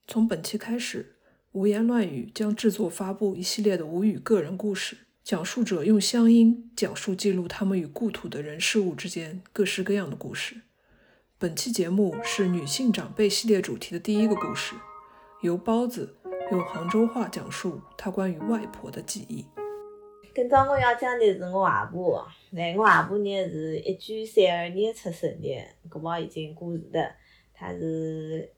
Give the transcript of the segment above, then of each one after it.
从本期开始，胡言乱语将制作发布一系列的吴语个人故事，讲述者用乡音讲述记录他们与故土的人事物之间各式各样的故事。本期节目是女性长辈系列主题的第一个故事，由包子用杭州话讲述她关于外婆的记忆。 今朝我要讲的是我外婆。我外婆呢是1932年出生的，搿么已经过世的。她是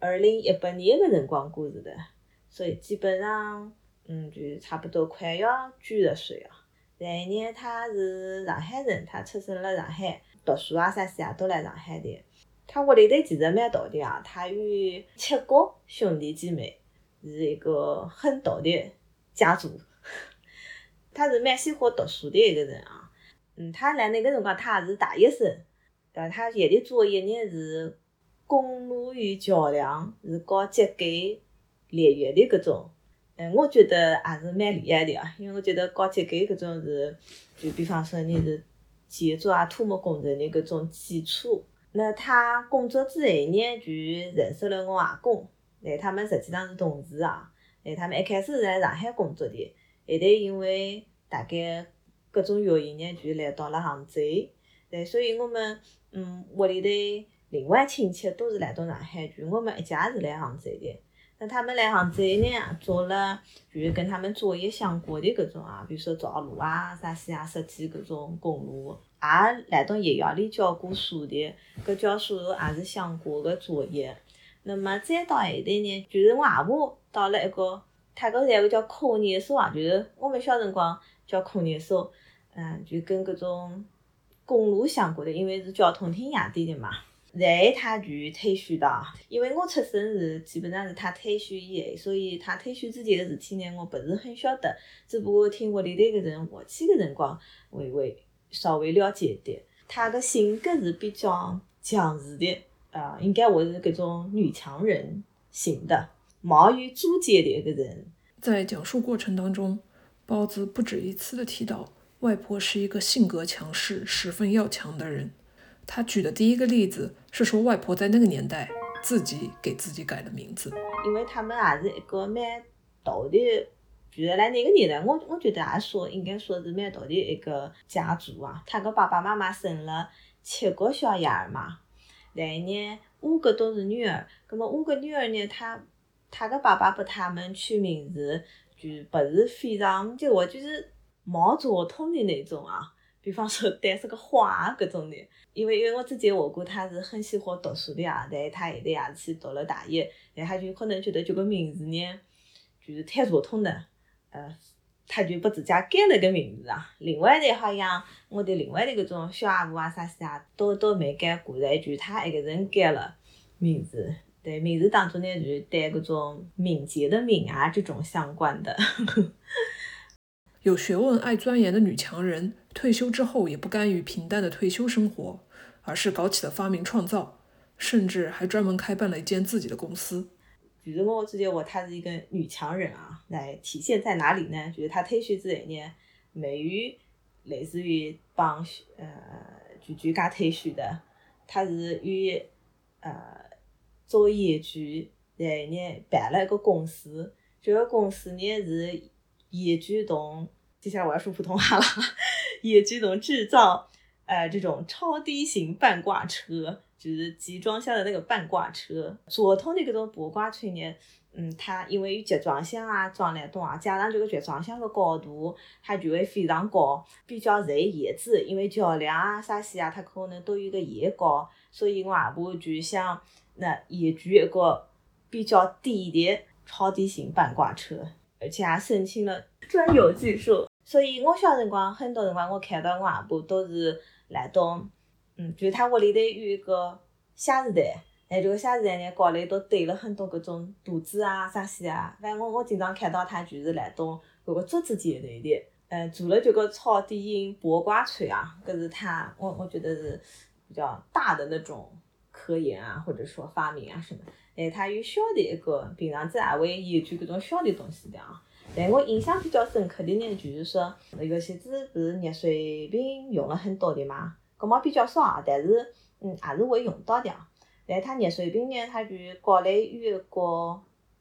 2018年的辰光过世的，所以基本上就差不多快要90岁了。然后呢，她是上海人，她出生了上海，读书啊啥事啊都来上海的。她屋里头其实蛮大的啊，她有7个兄弟姐妹，是一个很大的家族。她是蛮喜欢读书的一个人啊。她来那个辰光，她也是大一生。她现在做的呢是公路与桥梁，是搞结构炼狱的搿种。我觉得也是蛮厉害的啊，因为我觉得搞结构搿种是，就比方说你是建筑啊、土木工程的搿种基础。那她工作之后呢，就认识了我外公，他们实际上是同事啊。他们一开始是在上海工作的，后头因为大概各种原因呢，就来到了杭州。所以我们屋里头另外亲戚都是来到上海，就我们一家是来杭州的。那他们来杭州呢，做了就是跟他们作业相关的搿种啊，比如说造路啊、啥事啊、设计搿种公路，也来到学校里教过书的，搿教书也是相关的作业。那么再到后头呢，就是我外婆到了一个，他搿单位叫科研所啊，就是我们小辰光叫科研所，就跟搿种公路相关的，因为是交通厅下底的嘛。然后他就退休了，因为我出生是基本上是他退休以后，所以他退休之前的事体呢，我不是很晓得，只不过听屋里头个人话起的辰光会稍微了解一点。他的性格是比较强势的，应该我是搿种女强人型的，貌与朱姐的一个人。 在讲述过程当中，包子不止一次地提到外婆是一个性格强势、十分要强的人。他举的第一个例子是说外婆在那个年代自己给自己改了名字， 因为他们也是一个蛮大的，就是来那个年代，我觉得应该说是蛮大的一个家族啊。他个爸爸妈妈生了7个小伢儿嘛，然后呢5个都是女儿。那么5个女儿呢，他个爸爸给他们取名字就不是非常，就是毛泽东的那种啊。比方说带是个花搿种的，因为我之前问过，他是很喜欢读书的啊，但他后头也是去读了大一，然后他就可能觉得这个名字呢就是太传统的，他就给自家改了个名字啊。另外的好像我的另外的搿种小阿婆啊啥事啊都没改过，然后就他一个人改了名字。对，名字当中呢就是带搿种敏捷的敏啊这种相关的。 有学问、爱钻研的女强人，退休之后也不甘于平淡的退休生活，而是搞起了发明创造，甚至还专门开办了一间自己的公司。 就是我直接说她是一个女强人啊，来体现在哪里呢？就是她退休之后呢，没有类似于帮就家退休的，她是有做研究，然后呢办了一个公司，这个公司呢是研究同，接下来我要说普通话了，研究同制造这种超低型半挂车，就是集装箱的那个半挂车。传统的搿种半挂车呢，它因为有集装箱啊装来动啊，加上这个集装箱的高度，它就会非常高，比较受限制。因为桥梁啊啥事啊，它可能都有个限高，所以我外婆就想研究一个比较低的超低型半挂车，而且还申请了专有技术。所以我小辰光很多辰光我看到我外婆都是来到就是她屋里头有一个写字台，这个写字台呢高头都堆了很多搿种肚子啊啥事啊，反正我经常看到她就是来到搿个桌子前头的，做了这个超低型半挂车啊，搿是她我觉得是比较大的那种科研啊，或者说发明啊什么。他有小的一个，平常子也会研究搿种小的东西的啊。但我印象比较深刻的呢，就是说有些子不是热水瓶用了很多的嘛，搿么比较少啊，但是也是会用到的啊。但它热水瓶呢，它就高头有一个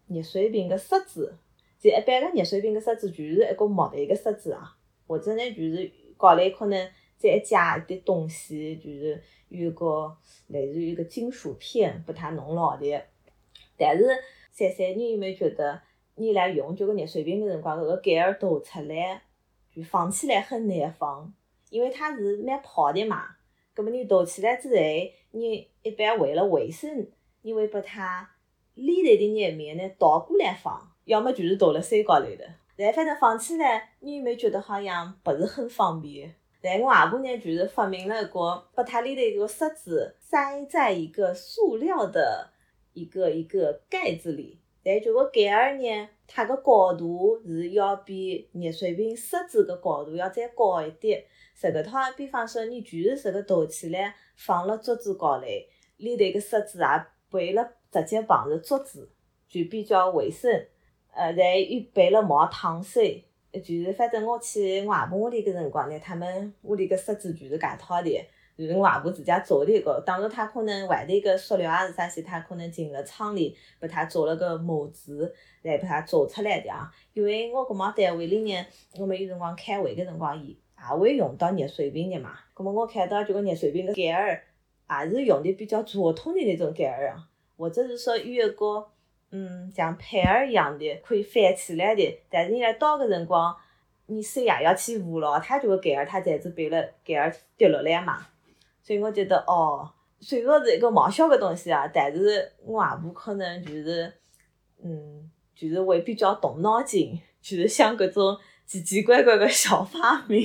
热水瓶个塞子，就一般个热水瓶个塞子就是一个木头个塞子啊，或者呢就是高头可能再加一点东西，就是有个类似于一个金属片把它弄牢的。但是珊珊你有没有觉得你来用这个热水瓶的辰光，搿个盖儿倒出来就放起来很难放，因为它是蛮泡的嘛。葛末你倒起来之后，你一般为了卫生，你会把它里头的热面呢倒过来放，要么就是倒辣水高头的。但反正放起来，你有没有觉得好像不是很方便？但我外婆呢，就是发明了一个，把它里头一个塞子塞在一个塑料的一个盖子里。但这个盖儿呢，它的高度是要比热水瓶塞子的高度要再高一点。这个套，比方说你就是这个倒起来放了桌子高头，里头个塞子也背了直接碰着桌子，就比较卫生。然又备了毛烫水，就是反正我去我外婆屋里个辰光呢，他们屋里个塞子就是搿套的，就是我外婆自家做的一个。当然，他可能外头个塑料啊是啥些，他可能进了厂里把它做了个模子，来把它做出来的啊。因为我搿么单位里呢，我们有辰光开会个辰光也会用到热水瓶的嘛。搿么我看到这个热水瓶的盖儿，也是用的比较传统的那种盖儿啊，或者是说有一个像盘儿一样的可以翻起来的，但是你来倒个辰光，你手也要去捂牢它这个盖儿，它才是背了盖儿跌落来嘛。所以我觉得虽然是一个毛小的东西啊，但是我外婆可能就是就是会比较动脑筋，就是想各种奇奇怪怪的小发明。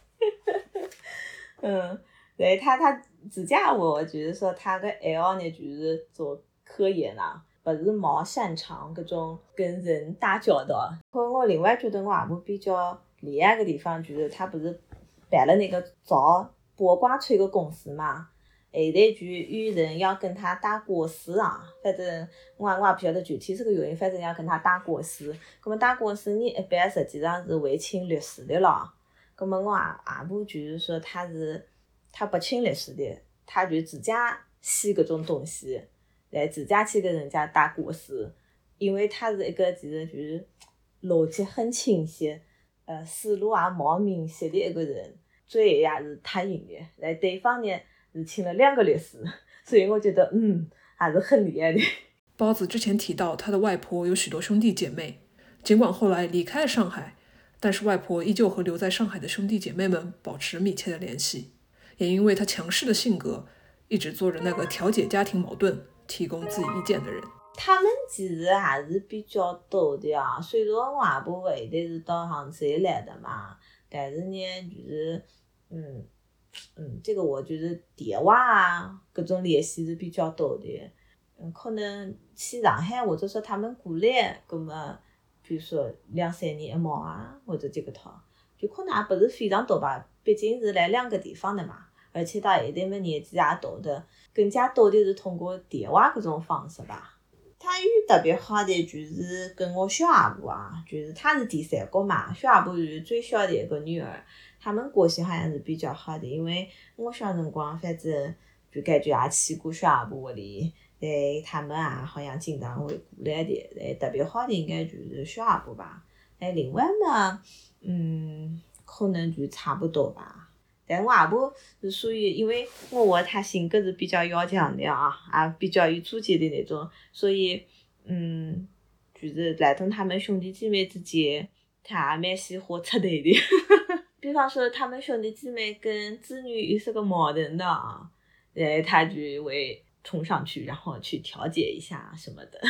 对，他自家我就是说他的爱好呢就是做科研啊，不是毛擅长各种跟人打交道。我另外觉得我外婆比较厉害的地方就是她不是办了那个造八卦锤的公司嘛，后头就有人要跟他打官司啊，反正我也不晓得具体是个原因，反正要跟他打官司。那么打官司你一般实际上是会请律师的咯。那么我外婆就是说她不请律师的，她就自家写各种东西，来自家去跟人家打官司。因为她是一个其实就是逻辑很清晰，思路也蛮明晰的一个人，嘴也是太硬的。来对方呢是请了2个律师，所以我觉得还是很厉害的。 包子之前提到他的外婆有许多兄弟姐妹，尽管后来离开了上海，但是外婆依旧和留在上海的兄弟姐妹们保持密切的联系，也因为她强势的性格，一直做着那个调解家庭矛盾、提供自己意见的人。 他们其实还是比较多的啊，虽然我外婆后头是到杭州来的嘛，但是呢就是这个我觉得电话啊各种联系是比较多的。可能去上海或者说他们过来，葛么比如说2-3年一毛啊，或者这个套，就可能也不是非常多吧，毕竟是来2个地方的嘛，而且到后头么年纪也大的，更加多的是通过电话搿种方式吧。他有特别好的就是跟我小阿婆啊，就是他是第3个嘛，小阿婆是最小的一个女儿，他们关系好像是比较好的。因为我小辰光反正就感觉也去过小阿婆屋里，他们啊好像经常会过来的，特别好的应该就是小阿婆吧。另外嘛可能就差不多吧。但我阿婆是属于，因为我和她性格是比较要强的啊，也比较有主见的那种，所以就是来同他们兄弟姐妹之间，她也蛮喜欢插队的。比方说他们兄弟姐妹跟子女有什么矛盾的啊，她就会冲上去，然后去调解一下什么的。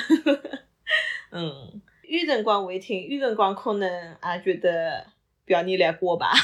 有辰光会听，有辰光可能也觉得不要你来过吧。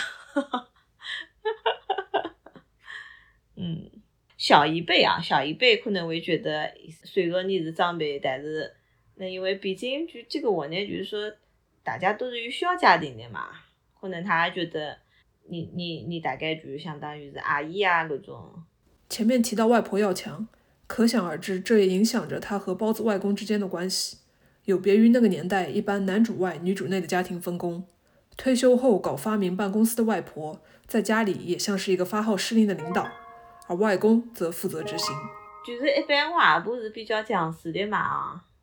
小一辈可能会觉得，虽然你是长辈，但是那因为毕竟就这个我呢，就是说大家都是有小家庭的嘛，可能他还觉得你大概就相当于是阿姨啊那种。 前面提到外婆要强，可想而知，这也影响着他和包子外公之间的关系。有别于那个年代一般男主外女主内的家庭分工，退休后搞发明办公司的外婆，在家里也像是一个发号施令的领导，而外公则负责执行。 就是一般我外婆是比较强势的嘛，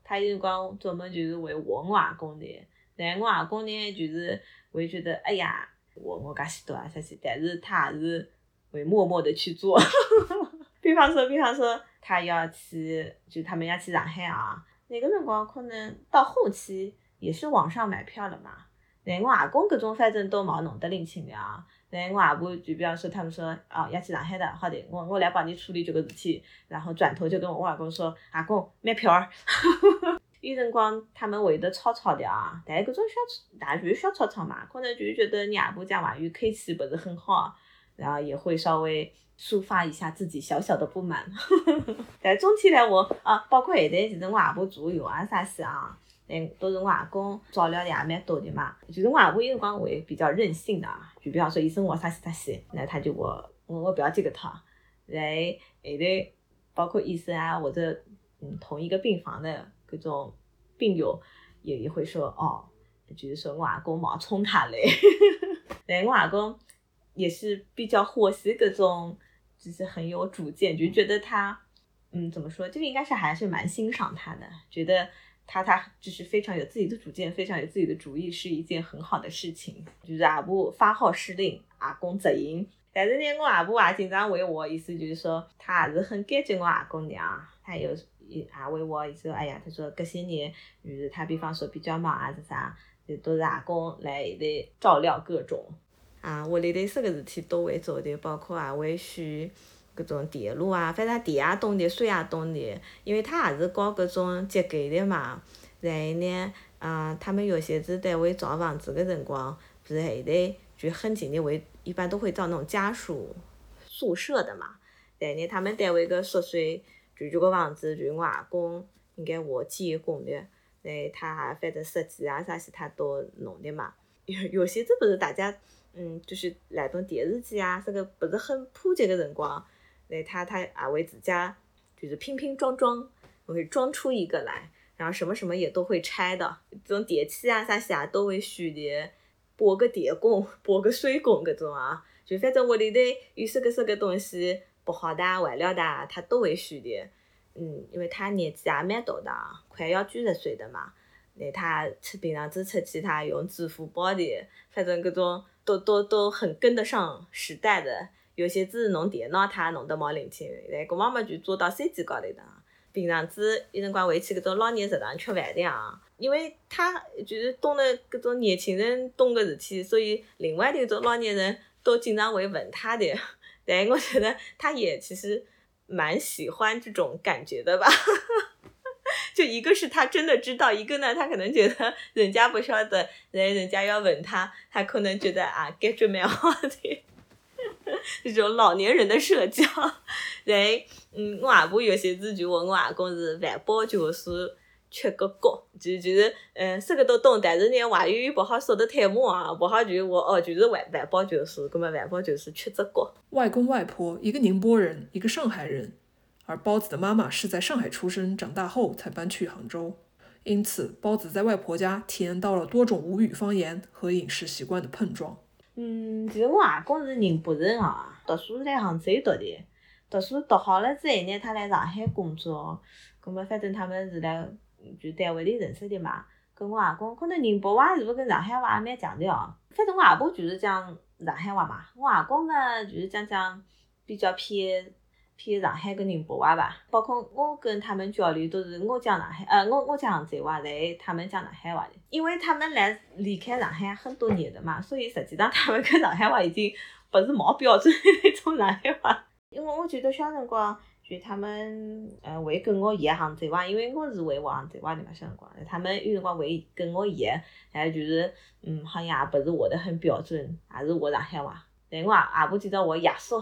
他有辰光专门就是为我外公的，但我外公呢就是会觉得哎呀我介许多啊啥些，但是他还是会默默的去做。比方说他要去，就他们要去上海啊，那个辰光可能到后期也是网上买票了嘛。但我外公搿种反正都冇弄得灵清的啊。但我外婆就比方说他们说要去上海的，好的，我来帮你处理这个事体，然后转头就跟我外公说，阿公买票儿。有辰光他们会得吵吵的啊，但搿种大就是小吵吵嘛，可能就是觉得你阿婆讲话语口气不是很好，然后也会稍微抒发一下自己小小的不满。但总体来包括现在其实我阿婆做药啊啥些啊，都是我阿公照料的也蛮多的嘛。就是我阿婆有辰光会比较任性的啊，就比方说医生话啥些，那他就我不要这个套。然后后头包括医生啊或者同一个病房的各种病友也会说就是说我阿公冒充他嘞。但我阿公也是比较获悉各种，就是很有主见，就觉得他怎么说，这个应该是还是蛮欣赏他的，觉得他就是非常有自己的主见，非常有自己的主意，是一件很好的事情。就是阿婆发号施令，阿公执行。但是呢，我阿婆也经常为我，意思就是说他还是很感激我阿公的啊。他也为我意思，哎呀，他说这些年就是他比方说比较忙啊是啥，就都是阿公来后头照料各种屋里头什个事体都会做的，包括也会选各种电路啊，反正电也懂的，水也懂的，因为他也是搞各种结构的嘛。然后呢他们有些是单位造房子的辰光，不是后头就很近的一般都会造那种家属宿舍的嘛。然后呢他们单位的宿舍就这个房子就是我阿公应该我接工的，然后他反正设计啊啥些他都弄的嘛。有些这不是大家就是那种电视机啊这个不是很普及的辰光，然后他也会自家就是拼拼装装，会装出一个来，然后什么什么也都会拆的，这种电器啊啥些啊都会选的，拨个电工拨个水工搿种啊，就反正屋里头有什个东西不好的坏了的他都会选的。因为他年纪也蛮大的，快要90岁的嘛。那他平常子出去他用支付宝的，反正各种都很跟得上时代的。有些只弄电脑他弄得冇灵清，搿妈妈就做到手机高头的。平常子有辰光会去搿种老年食堂吃饭的啊，因为他就是懂得各种年轻人懂个事体，所以另外的种老年人都经常会问他的。但我觉得他也其实蛮喜欢这种感觉的吧。就一个是他真的知道，一个呢他可能觉得人家不晓得，人家要问他可能觉得感觉蛮好的。这种老年人的社交。然后我阿婆有些子就问我阿公是环保教师缺个角，就是什个都懂，但是呢话语不好说得太满啊，不好就是我就是环保教师，那么环保教师缺只角。 外公外婆一个宁波人，一个上海人，而包子的妈妈是在上海出生，长大后才搬去杭州，因此包子在外婆家体验到了多种吴语方言和饮食习惯的碰撞。 其实我阿公是宁波人啊，读书是来杭州读的，读书读好了之后呢，他来上海工作，那么反正他们是来就单位里认识的嘛。跟我阿公可能宁波话是不是跟上海话也蛮像的哦，反正我阿婆就是讲上海话嘛，我阿公呢就是讲比较偏上海跟宁波话吧。包括我跟他们交流都是我讲上海我讲杭州话，然后他们讲上海话的，因为他们离开上海很多年的嘛，所以实际上他们跟上海话已经不是毛标准的那种上海话。因为我记得小辰光就他们会跟我学杭州话，因为我是会话杭州话的嘛，小辰光他们有辰光会跟我学，就是好像也不是学得很标准，还是学上海话。但我阿婆经常学亚说。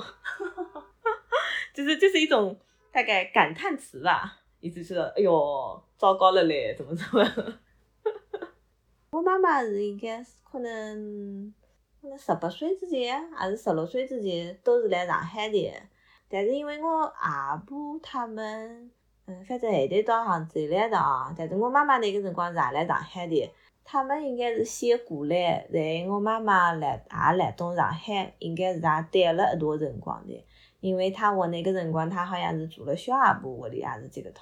就是一种大概感叹词吧，意思是哎呦糟糕了嘞，怎么。我妈妈是应该是可能18岁之前还是16岁之前都是来上海的，但是因为我阿婆他们反正后头到杭州来的啊，但是我妈妈那个辰光是也来上海的，他们应该是先过来，然后我妈妈来到上海，应该是也待了一段辰光的。因为他我那个辰光他好像是住了小阿婆屋里还是这个套，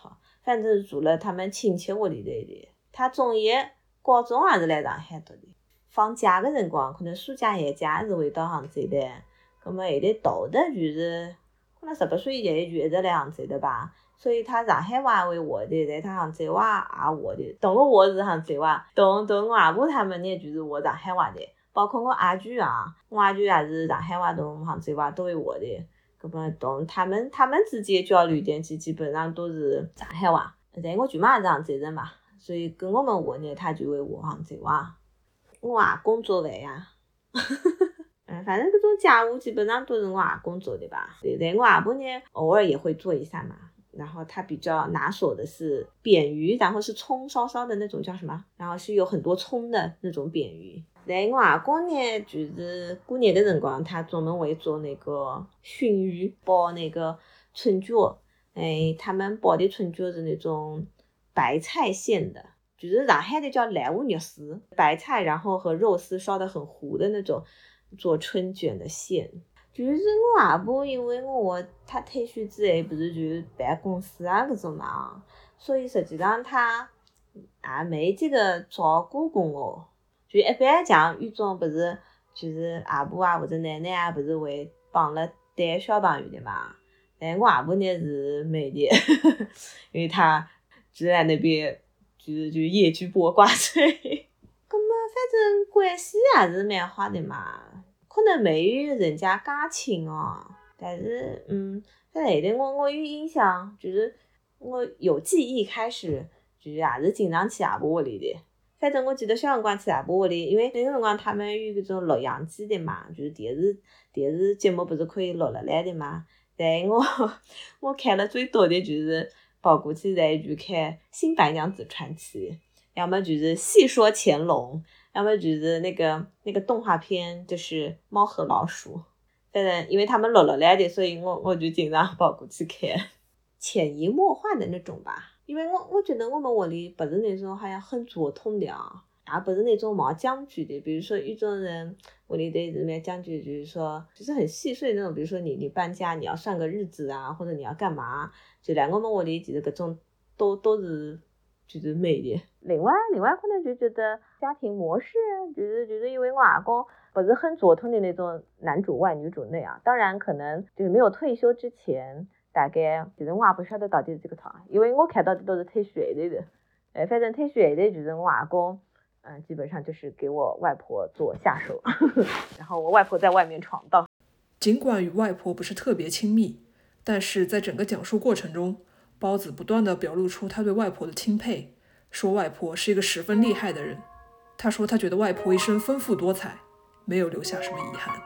反正是住了他们亲戚屋里头的。他中学、高中也是来上海读的。放假的辰光，可能暑假、寒假是回到杭州的。葛末后头大的就是可能18岁以前就一直来杭州的吧。所以他上海话会学的，但他杭州话也学的。同我是杭州话，同我外婆他们呢就是学上海话的。包括我阿舅啊，我阿舅也是上海话同杭州话都会学的。搿么同他们之间交流的基本上都是上海话。但我舅妈也是杭州人嘛，所以跟我们学呢，他就会学杭州话。我外公做饭呀，反正搿种家务基本上都是我外公做的吧。对，但我外婆呢偶尔也会做一下嘛。然后他比较拿手的是扁鱼，然后是葱烧烧的那种叫什么？然后是有很多葱的那种扁鱼。但我外公呢，就是过年的辰光，他专门会做那个熏鱼，包那个春卷。他们包的春卷是那种白菜馅的，就是上海的叫兰花肉丝，白菜然后和肉丝烧得很糊的那种做春卷的馅。就是我外婆，因为她退休之后不是就办公司啊搿种嘛，所以实际上她也没这个照顾过我。就一般像狱中不是就是阿婆啊或者奶奶啊不是会帮了带小朋友的嘛，但我外婆呢是没的，因为她就在那边就夜居八卦嘴。搿么反正关系也是蛮好的嘛。可能没有人家介亲哦，但是反正后头我有印象，就是我有记忆开始就是也是经常去阿婆屋里的。反正我记得小辰光去阿婆屋里，因为那个辰光他们有搿种录像机的嘛，就是电视节目不是可以录下来的嘛。但我看了最多的就是跑过去再去看《新白娘子传奇》，要么就是《戏说乾隆》。要么就是那个动画片，就是猫和老鼠。反正因为他们录下来的，所以我就经常跑过去看，潜移默化的那种吧。因为我觉得我们屋里不是那种好像很传统的啊，也不是那种毛讲究的。比如说有种人屋里头是蛮讲究，就是说就是很细碎的那种。比如说你搬家，你要算个日子啊，或者你要干嘛，就来我们屋里其实搿种都是。就是美的。另外可能就觉得家庭模式就是因为我外公不是很传统的那种男主外女主内啊。当然可能就是没有退休之前，大概其实我也不晓得到底是这个套，因为我看到的都是退休后头的。反正退休后头就是我外公基本上就是给我外婆做下手然后我外婆在外面闯荡。 尽管与外婆不是特别亲密，但是在整个讲述过程中，包子不断地表露出他对外婆的钦佩，说外婆是一个十分厉害的人。他说他觉得外婆一生丰富多彩，没有留下什么遗憾。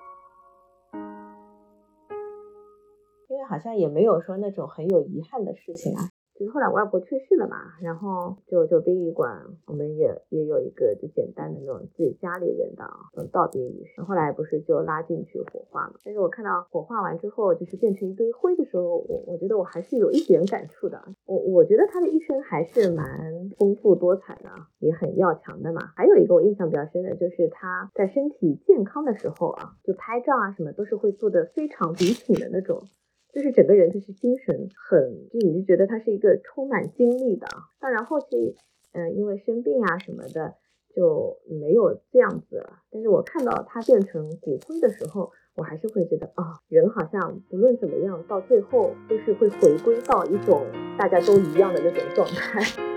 因为好像也没有说那种很有遗憾的事情啊。就是后来外婆去世了嘛，然后就殡仪馆我们也有一个就简单的那种自己家里人的道别仪式。后来不是就拉进去火化嘛，但是我看到火化完之后就是变成一堆灰的时候，我觉得我还是有一点感触的。我觉得他的一生还是蛮丰富多彩的，也很要强的嘛。还有一个我印象比较深的就是他在身体健康的时候啊，就拍照啊什么都是会做的非常笔挺的那种，就是整个人就是精神就你就觉得他是一个充满精力的。当然后期因为生病啊什么的就没有这样子了。但是我看到他变成骨灰的时候，我还是会觉得人好像不论怎么样到最后都是会回归到一种大家都一样的那种状态。